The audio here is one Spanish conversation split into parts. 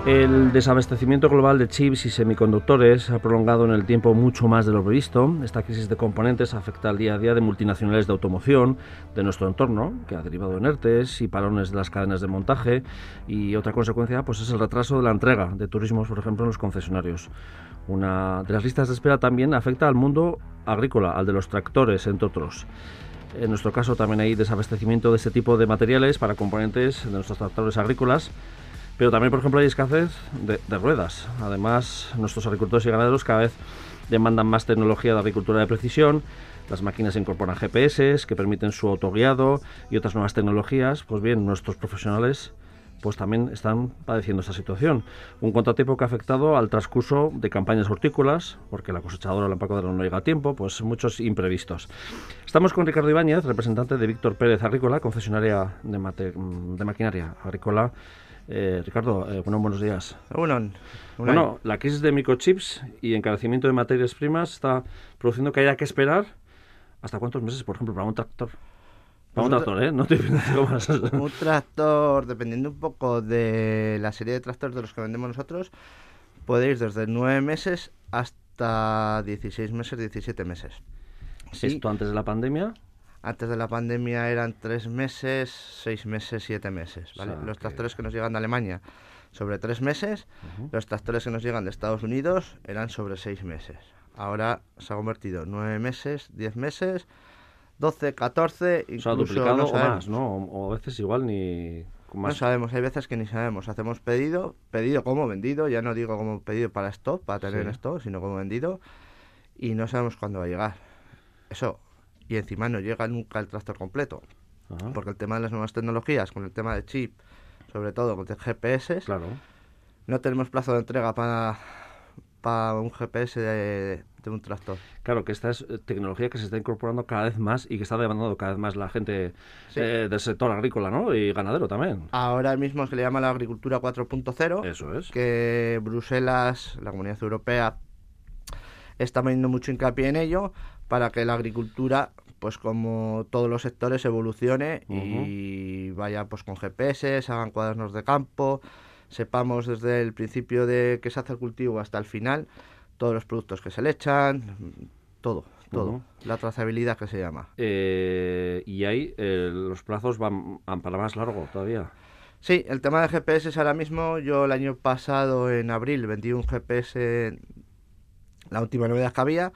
El desabastecimiento global de chips y semiconductores se ha prolongado en el tiempo mucho más de lo previsto. Esta crisis de componentes afecta al día a día de multinacionales de automoción, de nuestro entorno, que ha derivado en ERTEs y parones de las cadenas de montaje, y otra consecuencia pues es el retraso de la entrega de turismos, por ejemplo, en los concesionarios. Una de las listas de espera también afecta al mundo agrícola, al de los tractores, entre otros. En nuestro caso también hay desabastecimiento de este tipo de materiales para componentes de nuestros tractores agrícolas. Pero también, por ejemplo, hay escasez de ruedas. Además, nuestros agricultores y ganaderos cada vez demandan más tecnología de agricultura de precisión. Las máquinas incorporan GPS que permiten su autoguiado y otras nuevas tecnologías. Pues bien, nuestros profesionales pues también están padeciendo esta situación. Un contratiempo que ha afectado al transcurso de campañas hortícolas, porque la cosechadora o la empacadora no llega a tiempo, pues muchos imprevistos. Estamos con Ricardo Ibáñez, representante de Víctor Pérez Agrícola, concesionaria de maquinaria agrícola. Ricardo, buenos días. Bueno, la crisis de microchips y encarecimiento de materias primas está produciendo que haya que esperar ¿hasta cuántos meses, por ejemplo, para un tractor? Para un tractor, ¿eh? No te más. Un tractor, dependiendo un poco de la serie de tractores de los que vendemos nosotros, puede ir desde 9 meses hasta 16 meses, 17 meses. Sí. ¿Esto antes de la pandemia? Antes de la pandemia eran 3 meses, 6 meses, 7 meses, ¿vale? O sea, los tractores que nos llegan de Alemania sobre 3 meses, los tractores que nos llegan de Estados Unidos eran sobre 6 meses. Ahora se ha convertido en 9 meses, 10 meses, 12, 14, incluso... O sea, duplicado no o más, ¿no? O a veces igual ni... Más. No sabemos, hay veces que ni sabemos. Hacemos pedido como vendido, ya no digo como pedido para stock, para tener en stock, sino como vendido, y no sabemos cuándo va a llegar. Eso... Y encima no llega nunca el tractor completo. Ajá. Porque el tema de las nuevas tecnologías, con el tema de chip, sobre todo con GPS, claro, no tenemos plazo de entrega para un GPS de un tractor. Claro, que esta es tecnología que se está incorporando cada vez más y que está demandando cada vez más la gente del sector agrícola, ¿no? Y ganadero también. Ahora mismo se le llama la agricultura 4.0. Eso es. Que Bruselas, la Comunidad Europea, está poniendo mucho hincapié en ello para que la agricultura, pues como todos los sectores, evolucione y vaya pues con GPS, se hagan cuadernos de campo, sepamos desde el principio de que se hace el cultivo hasta el final todos los productos que se le echan, todo, la trazabilidad que se llama. Y ahí los plazos van para más largo todavía. Sí, el tema de GPS ahora mismo, yo el año pasado en abril vendí un GPS, la última novedad que había.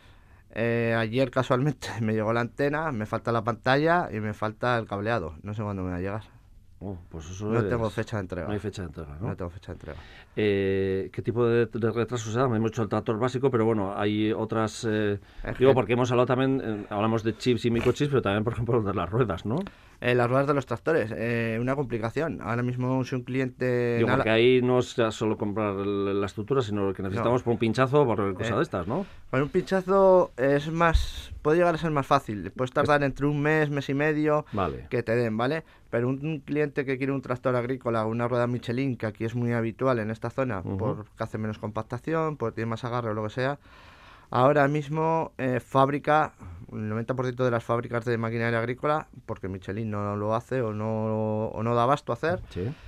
Ayer casualmente me llegó la antena, me falta la pantalla y me falta el cableado. No sé cuándo me va a llegar. Pues eso no tengo fecha de entrega. No hay fecha de entrega, ¿no? No tengo fecha de entrega. ¿Qué tipo de retrasos se da? Hemos hecho el tractor básico, pero bueno, hay otras... porque hemos hablado también, hablamos de chips y microchips, pero también, por ejemplo, de las ruedas, ¿no? Las ruedas de los tractores, una complicación. Ahora mismo si un cliente... porque ahí no es solo comprar la estructura, sino que necesitamos por un pinchazo, por cosas de estas, ¿no? Con un pinchazo es más... Puede llegar a ser más fácil. Puedes tardar entre un mes y medio que te den, ¿vale? Pero un cliente que quiere un tractor agrícola, una rueda Michelin, que aquí es muy habitual en esta zona, porque hace menos compactación, porque tiene más agarre o lo que sea, ahora mismo fábrica, el 90% de las fábricas de maquinaria agrícola, porque Michelin no lo hace o no da abasto a hacer,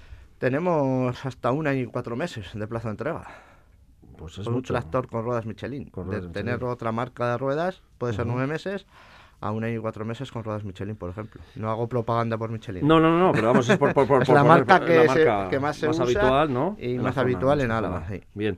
tenemos hasta 1 año y 4 meses de plazo de entrega. Pues es con mucho. Un tractor con ruedas Michelin. Tener otra marca de ruedas puede ser 9 meses a 1 año y 4 meses con ruedas Michelin, por ejemplo. No hago propaganda por Michelin. No, pero vamos, es por es la marca que más se más usa habitual, ¿no? Y más habitual en Álava, sí. Bien.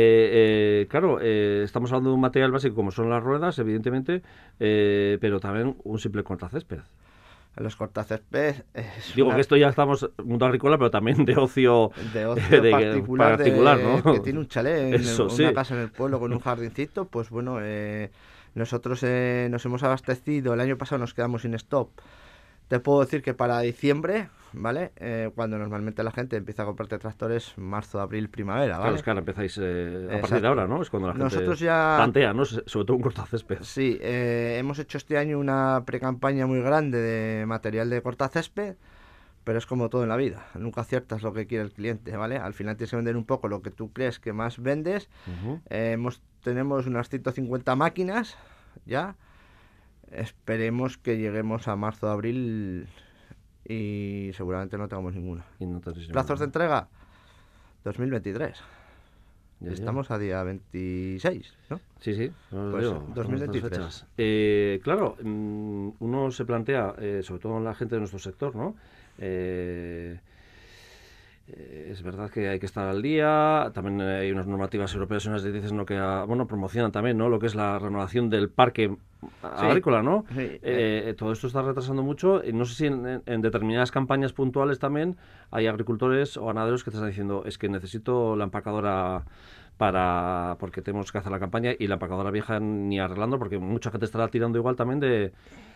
Claro, estamos hablando de un material básico como son las ruedas, evidentemente, pero también un simple cortacésped. Los cortacésped... que esto ya estamos mundo agrícola, pero también de ocio particular, ¿no? Que tiene un chalet en una casa en el pueblo con un jardincito, pues bueno, nosotros nos hemos abastecido, el año pasado nos quedamos sin stock. Te puedo decir que para diciembre, ¿vale? Cuando normalmente la gente empieza a comprarte tractores, marzo, abril, primavera, ¿vale? Claro, empezáis a partir de ahora, ¿no? Es cuando la gente nosotros ya plantea, ¿no? Sobre todo un cortacésped. Sí, hemos hecho este año una precampaña muy grande de material de cortacésped, pero es como todo en la vida, nunca aciertas lo que quiere el cliente, ¿vale? Al final tienes que vender un poco lo que tú crees que más vendes. Tenemos unas 150 máquinas ya. Esperemos que lleguemos a marzo o abril y seguramente no tengamos ninguna. Y no tenéis ¿Plazos de entrega? 2023. Estamos a día 26, ¿no? Sí, sí, pues digo, 2023. Claro, uno se plantea, sobre todo la gente de nuestro sector, ¿no? Es verdad que hay que estar al día. También hay unas normativas europeas y unas directrices, ¿no?, que promocionan también, ¿no?, lo que es la renovación del parque agrícola, ¿no? Sí. Todo esto está retrasando mucho. Y no sé si en determinadas campañas puntuales también hay agricultores o ganaderos que te están diciendo, es que necesito la empacadora porque tenemos que hacer la campaña, y la empacadora vieja ni arreglando, porque mucha gente estará tirando igual también de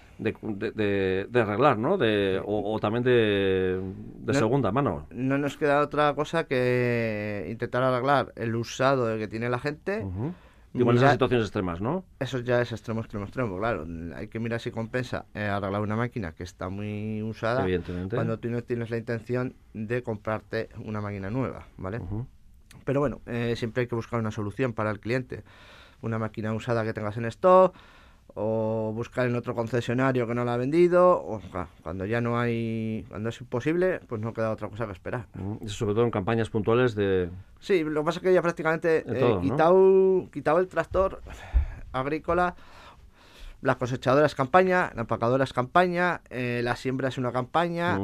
arreglar, ¿no? O también de segunda mano. No nos queda otra cosa que intentar arreglar el usado que tiene la gente. Igual esas situaciones extremas, ¿no? Eso ya es extremo, claro. Hay que mirar si compensa arreglar una máquina que está muy usada, evidentemente, cuando tú no tienes la intención de comprarte una máquina nueva, ¿vale? Pero bueno, siempre hay que buscar una solución para el cliente. Una máquina usada que tengas en stock, o buscar en otro concesionario que no la ha vendido, o cuando ya no hay, cuando es imposible, pues no queda otra cosa que esperar. Eso sobre todo en campañas puntuales de... Sí, lo que pasa es que ya prácticamente quitado el tractor agrícola, la cosechadora es campaña, la empacadora es campaña, la siembra es una campaña,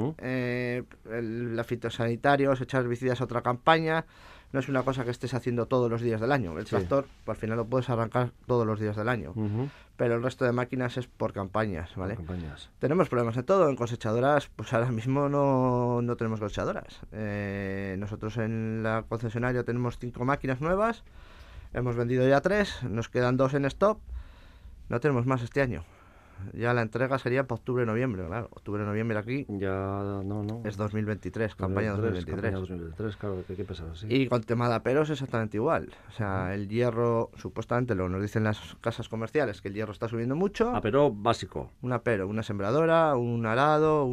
la fitosanitarios, echar herbicidas es otra campaña. No es una cosa que estés haciendo todos los días del año. El tractor, pues, al final lo puedes arrancar todos los días del año. Pero el resto de máquinas es por campañas, ¿vale? Tenemos problemas en todo. En cosechadoras, pues ahora mismo no tenemos cosechadoras. Nosotros en la concesionaria tenemos 5 máquinas nuevas. Hemos vendido ya 3. Nos quedan 2 en stock. No tenemos más este año. Ya la entrega sería para octubre-noviembre, claro. Octubre-noviembre aquí ya es 2023, campaña 2023. Campaña 2023, claro, que hay que pensar así. Y con tema de aperos es exactamente igual. O sea, el hierro, supuestamente, nos dicen las casas comerciales, que el hierro está subiendo mucho. Apero básico. Un apero, una sembradora, un arado,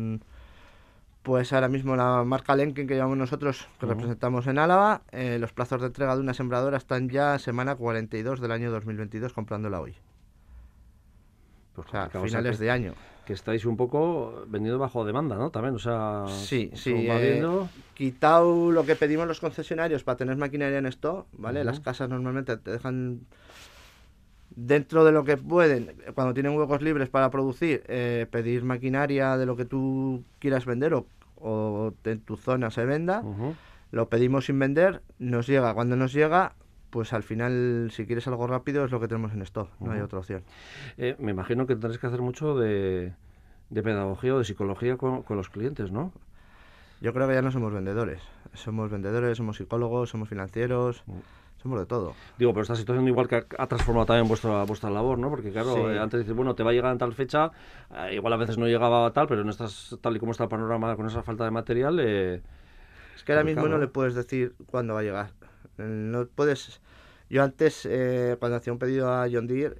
Pues ahora mismo la marca Lenken que llevamos nosotros, que representamos en Álava, los plazos de entrega de una sembradora están ya semana 42 del año 2022 comprándola hoy. Pues, o sea, finales de año. Que estáis un poco vendiendo bajo demanda, ¿no? También, o sea... Sí. Quitado lo que pedimos los concesionarios para tener maquinaria en stock, ¿vale? Las casas normalmente te dejan dentro de lo que pueden, cuando tienen huecos libres para producir, pedir maquinaria de lo que tú quieras vender o en tu zona se venda. Lo pedimos sin vender, nos llega. Cuando nos llega, pues al final, si quieres algo rápido, es lo que tenemos en stock, no hay otra opción. Me imagino que tendréis que hacer mucho de pedagogía o de psicología con los clientes, ¿no? Yo creo que ya no somos vendedores. Somos vendedores, somos psicólogos, somos financieros, somos de todo. Digo, pero esta situación igual que ha transformado también vuestra labor, ¿no? Porque claro, antes dices, bueno, te va a llegar en tal fecha, igual a veces no llegaba tal, pero no estás tal y como está el panorama con esa falta de material. Es que ahora mismo no le puedes decir cuándo va a llegar. No puedes... Yo antes, cuando hacía un pedido a John Deere,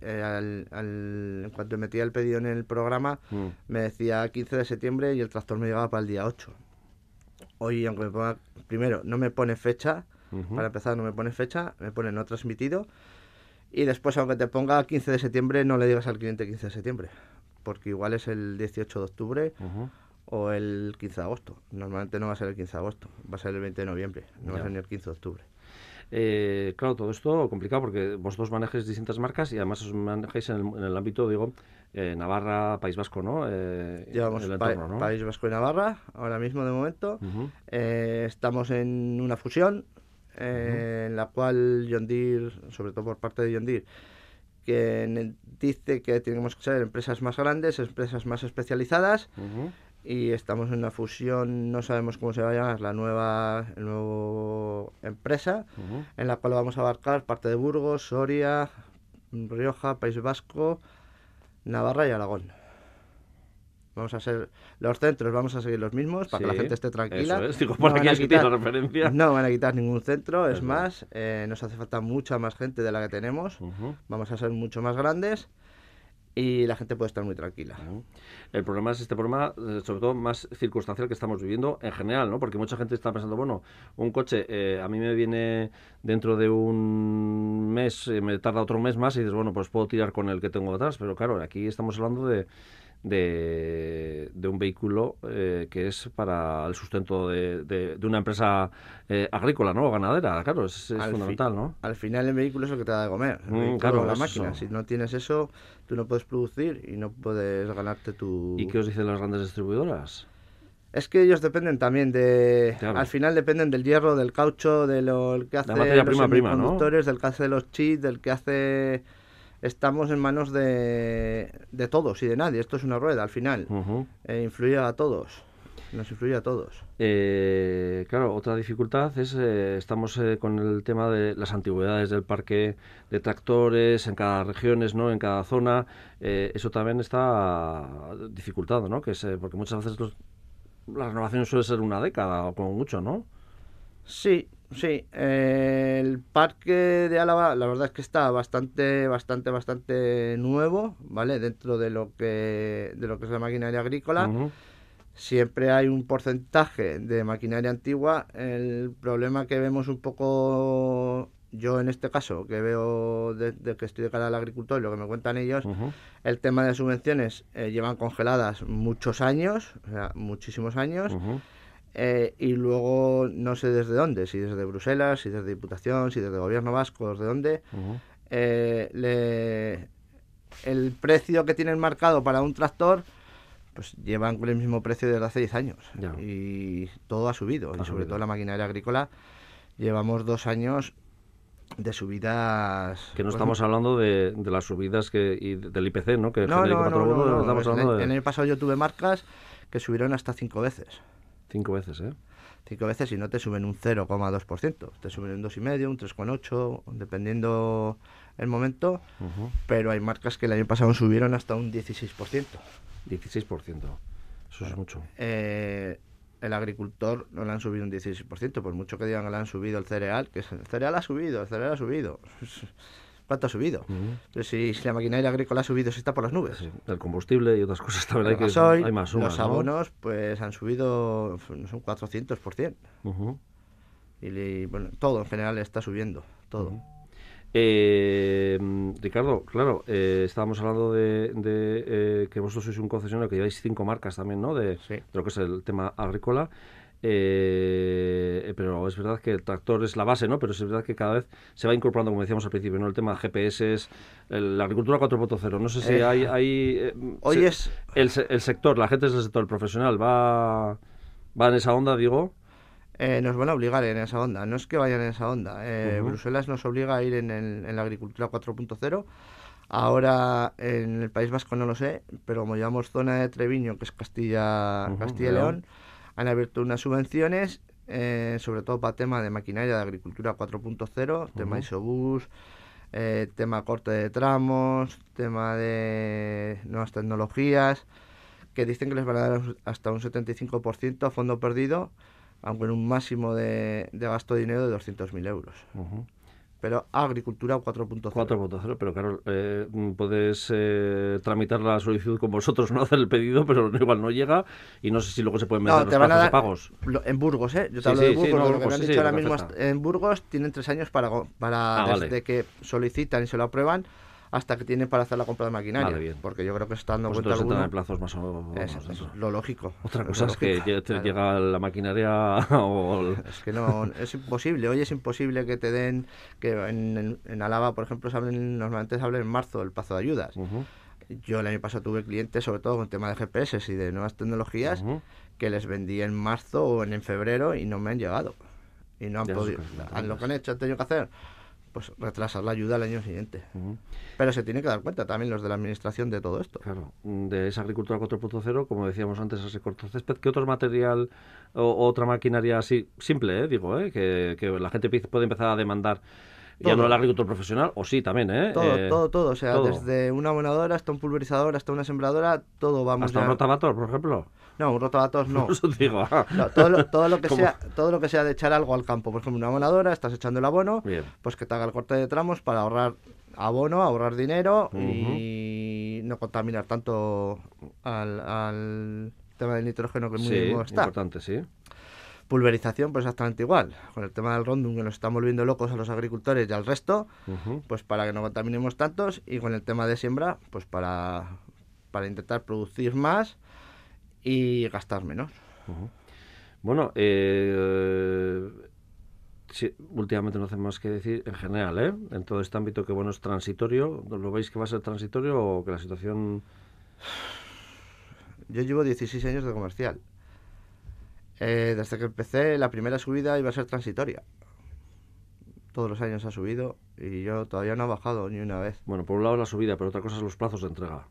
en cuanto metía el pedido en el programa, me decía 15 de septiembre y el tractor me llegaba para el día 8. Hoy, aunque me ponga, primero, no me pone fecha, para empezar no me pone fecha, me pone no transmitido, y después, aunque te ponga 15 de septiembre, no le digas al cliente 15 de septiembre, porque igual es el 18 de octubre o el 15 de agosto. Normalmente no va a ser el 15 de agosto, va a ser el 20 de noviembre, no va a ser ni el 15 de octubre. Claro, todo esto complicado porque vosotros manejáis distintas marcas y además os manejáis en el ámbito, digo, Navarra, País Vasco, ¿no? Llevamos entorno, ¿no? País Vasco y Navarra, ahora mismo de momento. Estamos en una fusión en la cual John Deere, sobre todo por parte de John Deere, que dice que tenemos que ser empresas más grandes, empresas más especializadas. Y estamos en una fusión, no sabemos cómo se va a llamar la nueva empresa, en la cual vamos a abarcar parte de Burgos, Soria, Rioja, País Vasco, Navarra y Aragón. Vamos a ser los centros, vamos a seguir los mismos para que la gente esté tranquila. Eso es, digo, para que se la referencia. No van a quitar ningún centro, es más, nos hace falta mucha más gente de la que tenemos. Vamos a ser mucho más grandes. Y la gente puede estar muy tranquila. El problema es este problema, sobre todo más circunstancial que estamos viviendo en general, ¿no? Porque mucha gente está pensando, bueno, un coche a mí me viene dentro de un mes, me tarda otro mes más y dices, bueno, pues puedo tirar con el que tengo detrás. Pero claro, aquí estamos hablando de un vehículo que es para el sustento de una empresa agrícola, ¿no? O ganadera, claro, es fundamental, ¿no? Al final el vehículo es el que te da de comer, claro, la máquina. Si no tienes eso, tú no puedes producir y no puedes ganarte tu... ¿Y qué os dicen las grandes distribuidoras? Es que ellos dependen también de... Claro. Al final dependen del hierro, del caucho, de lo que hace la materia los semiconductores, ¿no? Del que hace los chips, del que hace... Estamos en manos de todos y de nadie. Esto es una rueda, al final. Influye a todos. Nos influye a todos. Claro, otra dificultad es, estamos con el tema de las antigüedades del parque de tractores en cada región, ¿no? En cada zona. Eso también está dificultado, ¿no? Que es, porque muchas veces la renovación suele ser una década o como mucho, ¿no? Sí. El parque de Álava, la verdad es que está bastante nuevo, ¿vale? Dentro de lo que es la maquinaria agrícola. Siempre hay un porcentaje de maquinaria antigua. El problema que vemos un poco, yo en este caso, que veo de que estoy de cara al agricultor y lo que me cuentan ellos, el tema de subvenciones llevan congeladas muchos años, o sea, muchísimos años. Y luego no sé desde dónde, si desde Bruselas, si desde Diputación, si desde Gobierno Vasco, desde dónde, el precio que tienen marcado para un tractor, pues llevan con el mismo precio desde hace 10 años. Ya. Y todo ha subido, y sobre todo la maquinaria agrícola, llevamos 2 años de subidas... Que no estamos hablando de las subidas del IPC, ¿no? Que no. Estamos hablando el año pasado yo tuve marcas que subieron hasta 5 veces. 5 veces, ¿eh? 5 veces y no te suben un 0,2%. Te suben un 2,5, un 3,8, dependiendo el momento. Pero hay marcas que el año pasado subieron hasta un 16%. 16%. Eso es mucho. El agricultor no le han subido un 16%. Por mucho que digan que le han subido el cereal, que el cereal ha subido. ¿Cuánto ha subido? Pero si la maquinaria agrícola ha subido, si está por las nubes. Sí, el combustible y otras cosas también hay más sumas, los abonos, ¿no? Pues han subido, son 400%. Y bueno, todo en general está subiendo, todo. Ricardo, claro, estábamos hablando de que vosotros sois un concesionario que lleváis 5 marcas también, ¿no? De lo que es el tema agrícola. Pero es verdad que el tractor es la base, ¿no? Pero es verdad que cada vez se va incorporando, como decíamos al principio, ¿no? El tema de GPS, la agricultura 4.0. No sé si hoy es el sector, la gente del sector, el profesional, va en esa onda, digo. Nos van a obligar en esa onda. No es que vayan en esa onda. Bruselas nos obliga a ir en la agricultura 4.0. Ahora en el País Vasco no lo sé, pero como llevamos zona de Treviño, que es Castilla y León, han abierto unas subvenciones, sobre todo para tema de maquinaria de agricultura 4.0, tema Isobús, tema corte de tramos, tema de nuevas tecnologías, que dicen que les van a dar hasta un 75% a fondo perdido, aunque en un máximo de gasto de dinero de 200.000 euros. Pero agricultura 4.0. 4.0, pero claro, puedes tramitar la solicitud con vosotros, no hacer el pedido, pero igual no llega y no sé si luego se pueden meter los plazos de pagos. En Burgos, yo te hablo de Burgos, lo que me han dicho ahora mismo, en Burgos tienen 3 años para desde que solicitan y se lo aprueban hasta que tienen para hacer la compra de maquinaria. Vale, bien. Porque yo creo que se está dando cuenta alguno. En plazos más o menos. Es lo lógico. Otra cosa es que llega la maquinaria Es que no, es imposible. Hoy es imposible que te den, que en Álava, por ejemplo, normalmente se habla en marzo el plazo de ayudas. Yo el año pasado tuve clientes, sobre todo con el tema de GPS y de nuevas tecnologías, que les vendí en marzo o en febrero y no me han llegado. Y no han podido. Lo que han tenido que hacer, pues retrasar la ayuda al año siguiente. Pero se tiene que dar cuenta también los de la administración de todo esto. Claro, de esa agricultura 4.0, como decíamos antes, ese cortocésped, ¿qué otro material o otra maquinaria así, simple, que la gente puede empezar a demandar? Todo. Ya no el agricultor profesional, o sí también, Todo, o sea, todo. Desde una abonadora hasta un pulverizador, hasta una sembradora, todo vamos. ¿Hasta un rotavator, por ejemplo? No, un rotavator no. Eso digo. No, todo lo que sea de echar algo al campo. Por ejemplo, una abonadora, estás echando el abono, pues que te haga el corte de tramos para ahorrar abono, ahorrar dinero y no contaminar tanto al tema del nitrógeno, que es muy importante, sí. Pulverización, pues exactamente igual. Con el tema del Roundup, que nos estamos volviendo locos a los agricultores y al resto, pues para que no contaminemos tantos. Y con el tema de siembra, pues para intentar producir más y gastar menos. Bueno, sí, últimamente no hace más que decir, en general, en todo este ámbito, que bueno, es transitorio. ¿Lo veis que va a ser transitorio o que la situación...? Yo llevo 16 años de comercial. Desde que empecé, la primera subida iba a ser transitoria. Todos los años ha subido y yo todavía no he bajado ni una vez. Bueno, por un lado la subida, pero otra cosa es los plazos de entrega.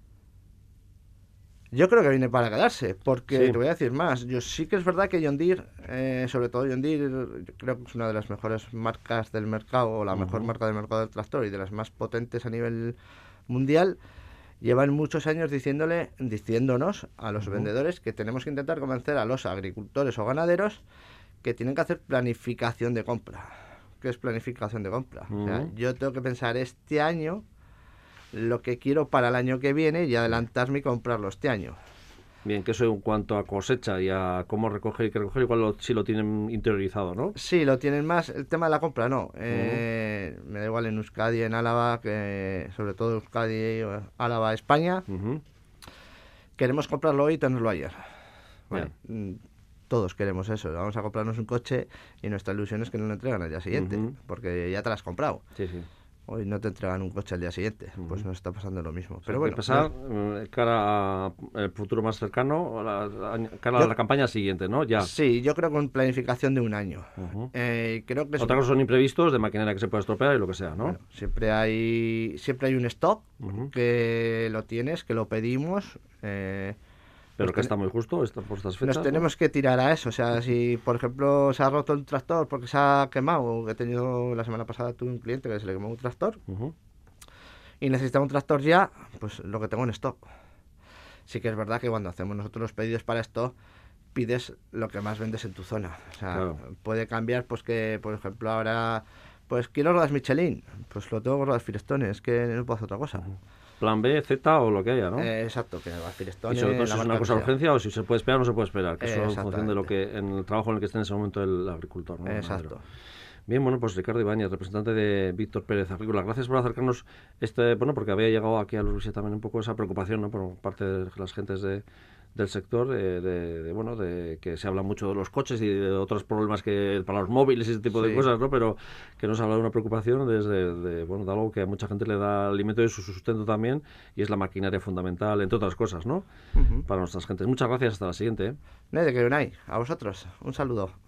Yo creo que viene para quedarse, porque Sí. te voy a decir más. Yo sí que es verdad que John Deere, sobre todo John Deere, creo que es una de las mejores marcas del mercado, o la mejor marca del mercado del tractor y de las más potentes a nivel mundial. Llevan muchos años diciéndonos a los vendedores que tenemos que intentar convencer a los agricultores o ganaderos que tienen que hacer planificación de compra. ¿Qué es planificación de compra? O sea, yo tengo que pensar este año lo que quiero para el año que viene y adelantarme y comprarlo este año. Bien, que eso en cuanto a cosecha y a cómo recoger y qué recoger, igual sí lo tienen interiorizado, ¿no? Sí, lo tienen más. El tema de la compra, no. Me da igual en Euskadi, en Álava, que sobre todo Euskadi, Álava, España. Queremos comprarlo hoy y tenerlo ayer. Vale. Todos queremos eso. Vamos a comprarnos un coche y nuestra ilusión es que nos lo entregan al día siguiente, porque ya te lo has comprado. Sí, sí. Hoy no te entregan un coche al día siguiente, pues nos está pasando lo mismo. Pero bueno, pensar cara al futuro más cercano, cara a la campaña siguiente, ¿no? Ya. Sí, yo creo que con planificación de un año. Creo que otra cosa son imprevistos de maquinaria que se puede estropear y lo que sea, ¿no? Bueno, siempre hay un stock que lo tienes, que lo pedimos. Pero que está muy justo por estas fechas. Nos tenemos que tirar a eso. O sea, si por ejemplo se ha roto un tractor porque se ha quemado, he tenido la semana pasada, tuve un cliente que se le quemó un tractor y necesitaba un tractor ya, pues lo que tengo en stock. Sí que es verdad que cuando hacemos nosotros los pedidos para esto, pides lo que más vendes en tu zona. O sea, puede cambiar, pues que por ejemplo ahora, pues quiero ruedas Michelin, pues lo tengo con ruedas Firestone, es que no puedo hacer otra cosa. Plan B, Z o lo que haya, ¿no? Exacto, que va a Firestone. Y sobre todo si es una cosa de urgencia o si se puede esperar o no se puede esperar, que eso es en función de lo que, en el trabajo en el que esté en ese momento el agricultor, ¿no? Exacto. Bien, bueno, pues Ricardo Ibáñez, representante de Víctor Pérez Agrícola, gracias por acercarnos bueno, porque había llegado aquí a Luis también un poco esa preocupación, ¿no? Por parte de las gentes del sector, bueno, de que se habla mucho de los coches y de otros problemas que para los móviles y ese tipo de cosas, ¿no? Pero que nos habla de una preocupación bueno, de algo que a mucha gente le da alimento y su sustento también, y es la maquinaria fundamental, entre otras cosas, ¿no? Para nuestras gentes. Muchas gracias, hasta la siguiente. No hay de qué, Unai. A vosotros, un saludo.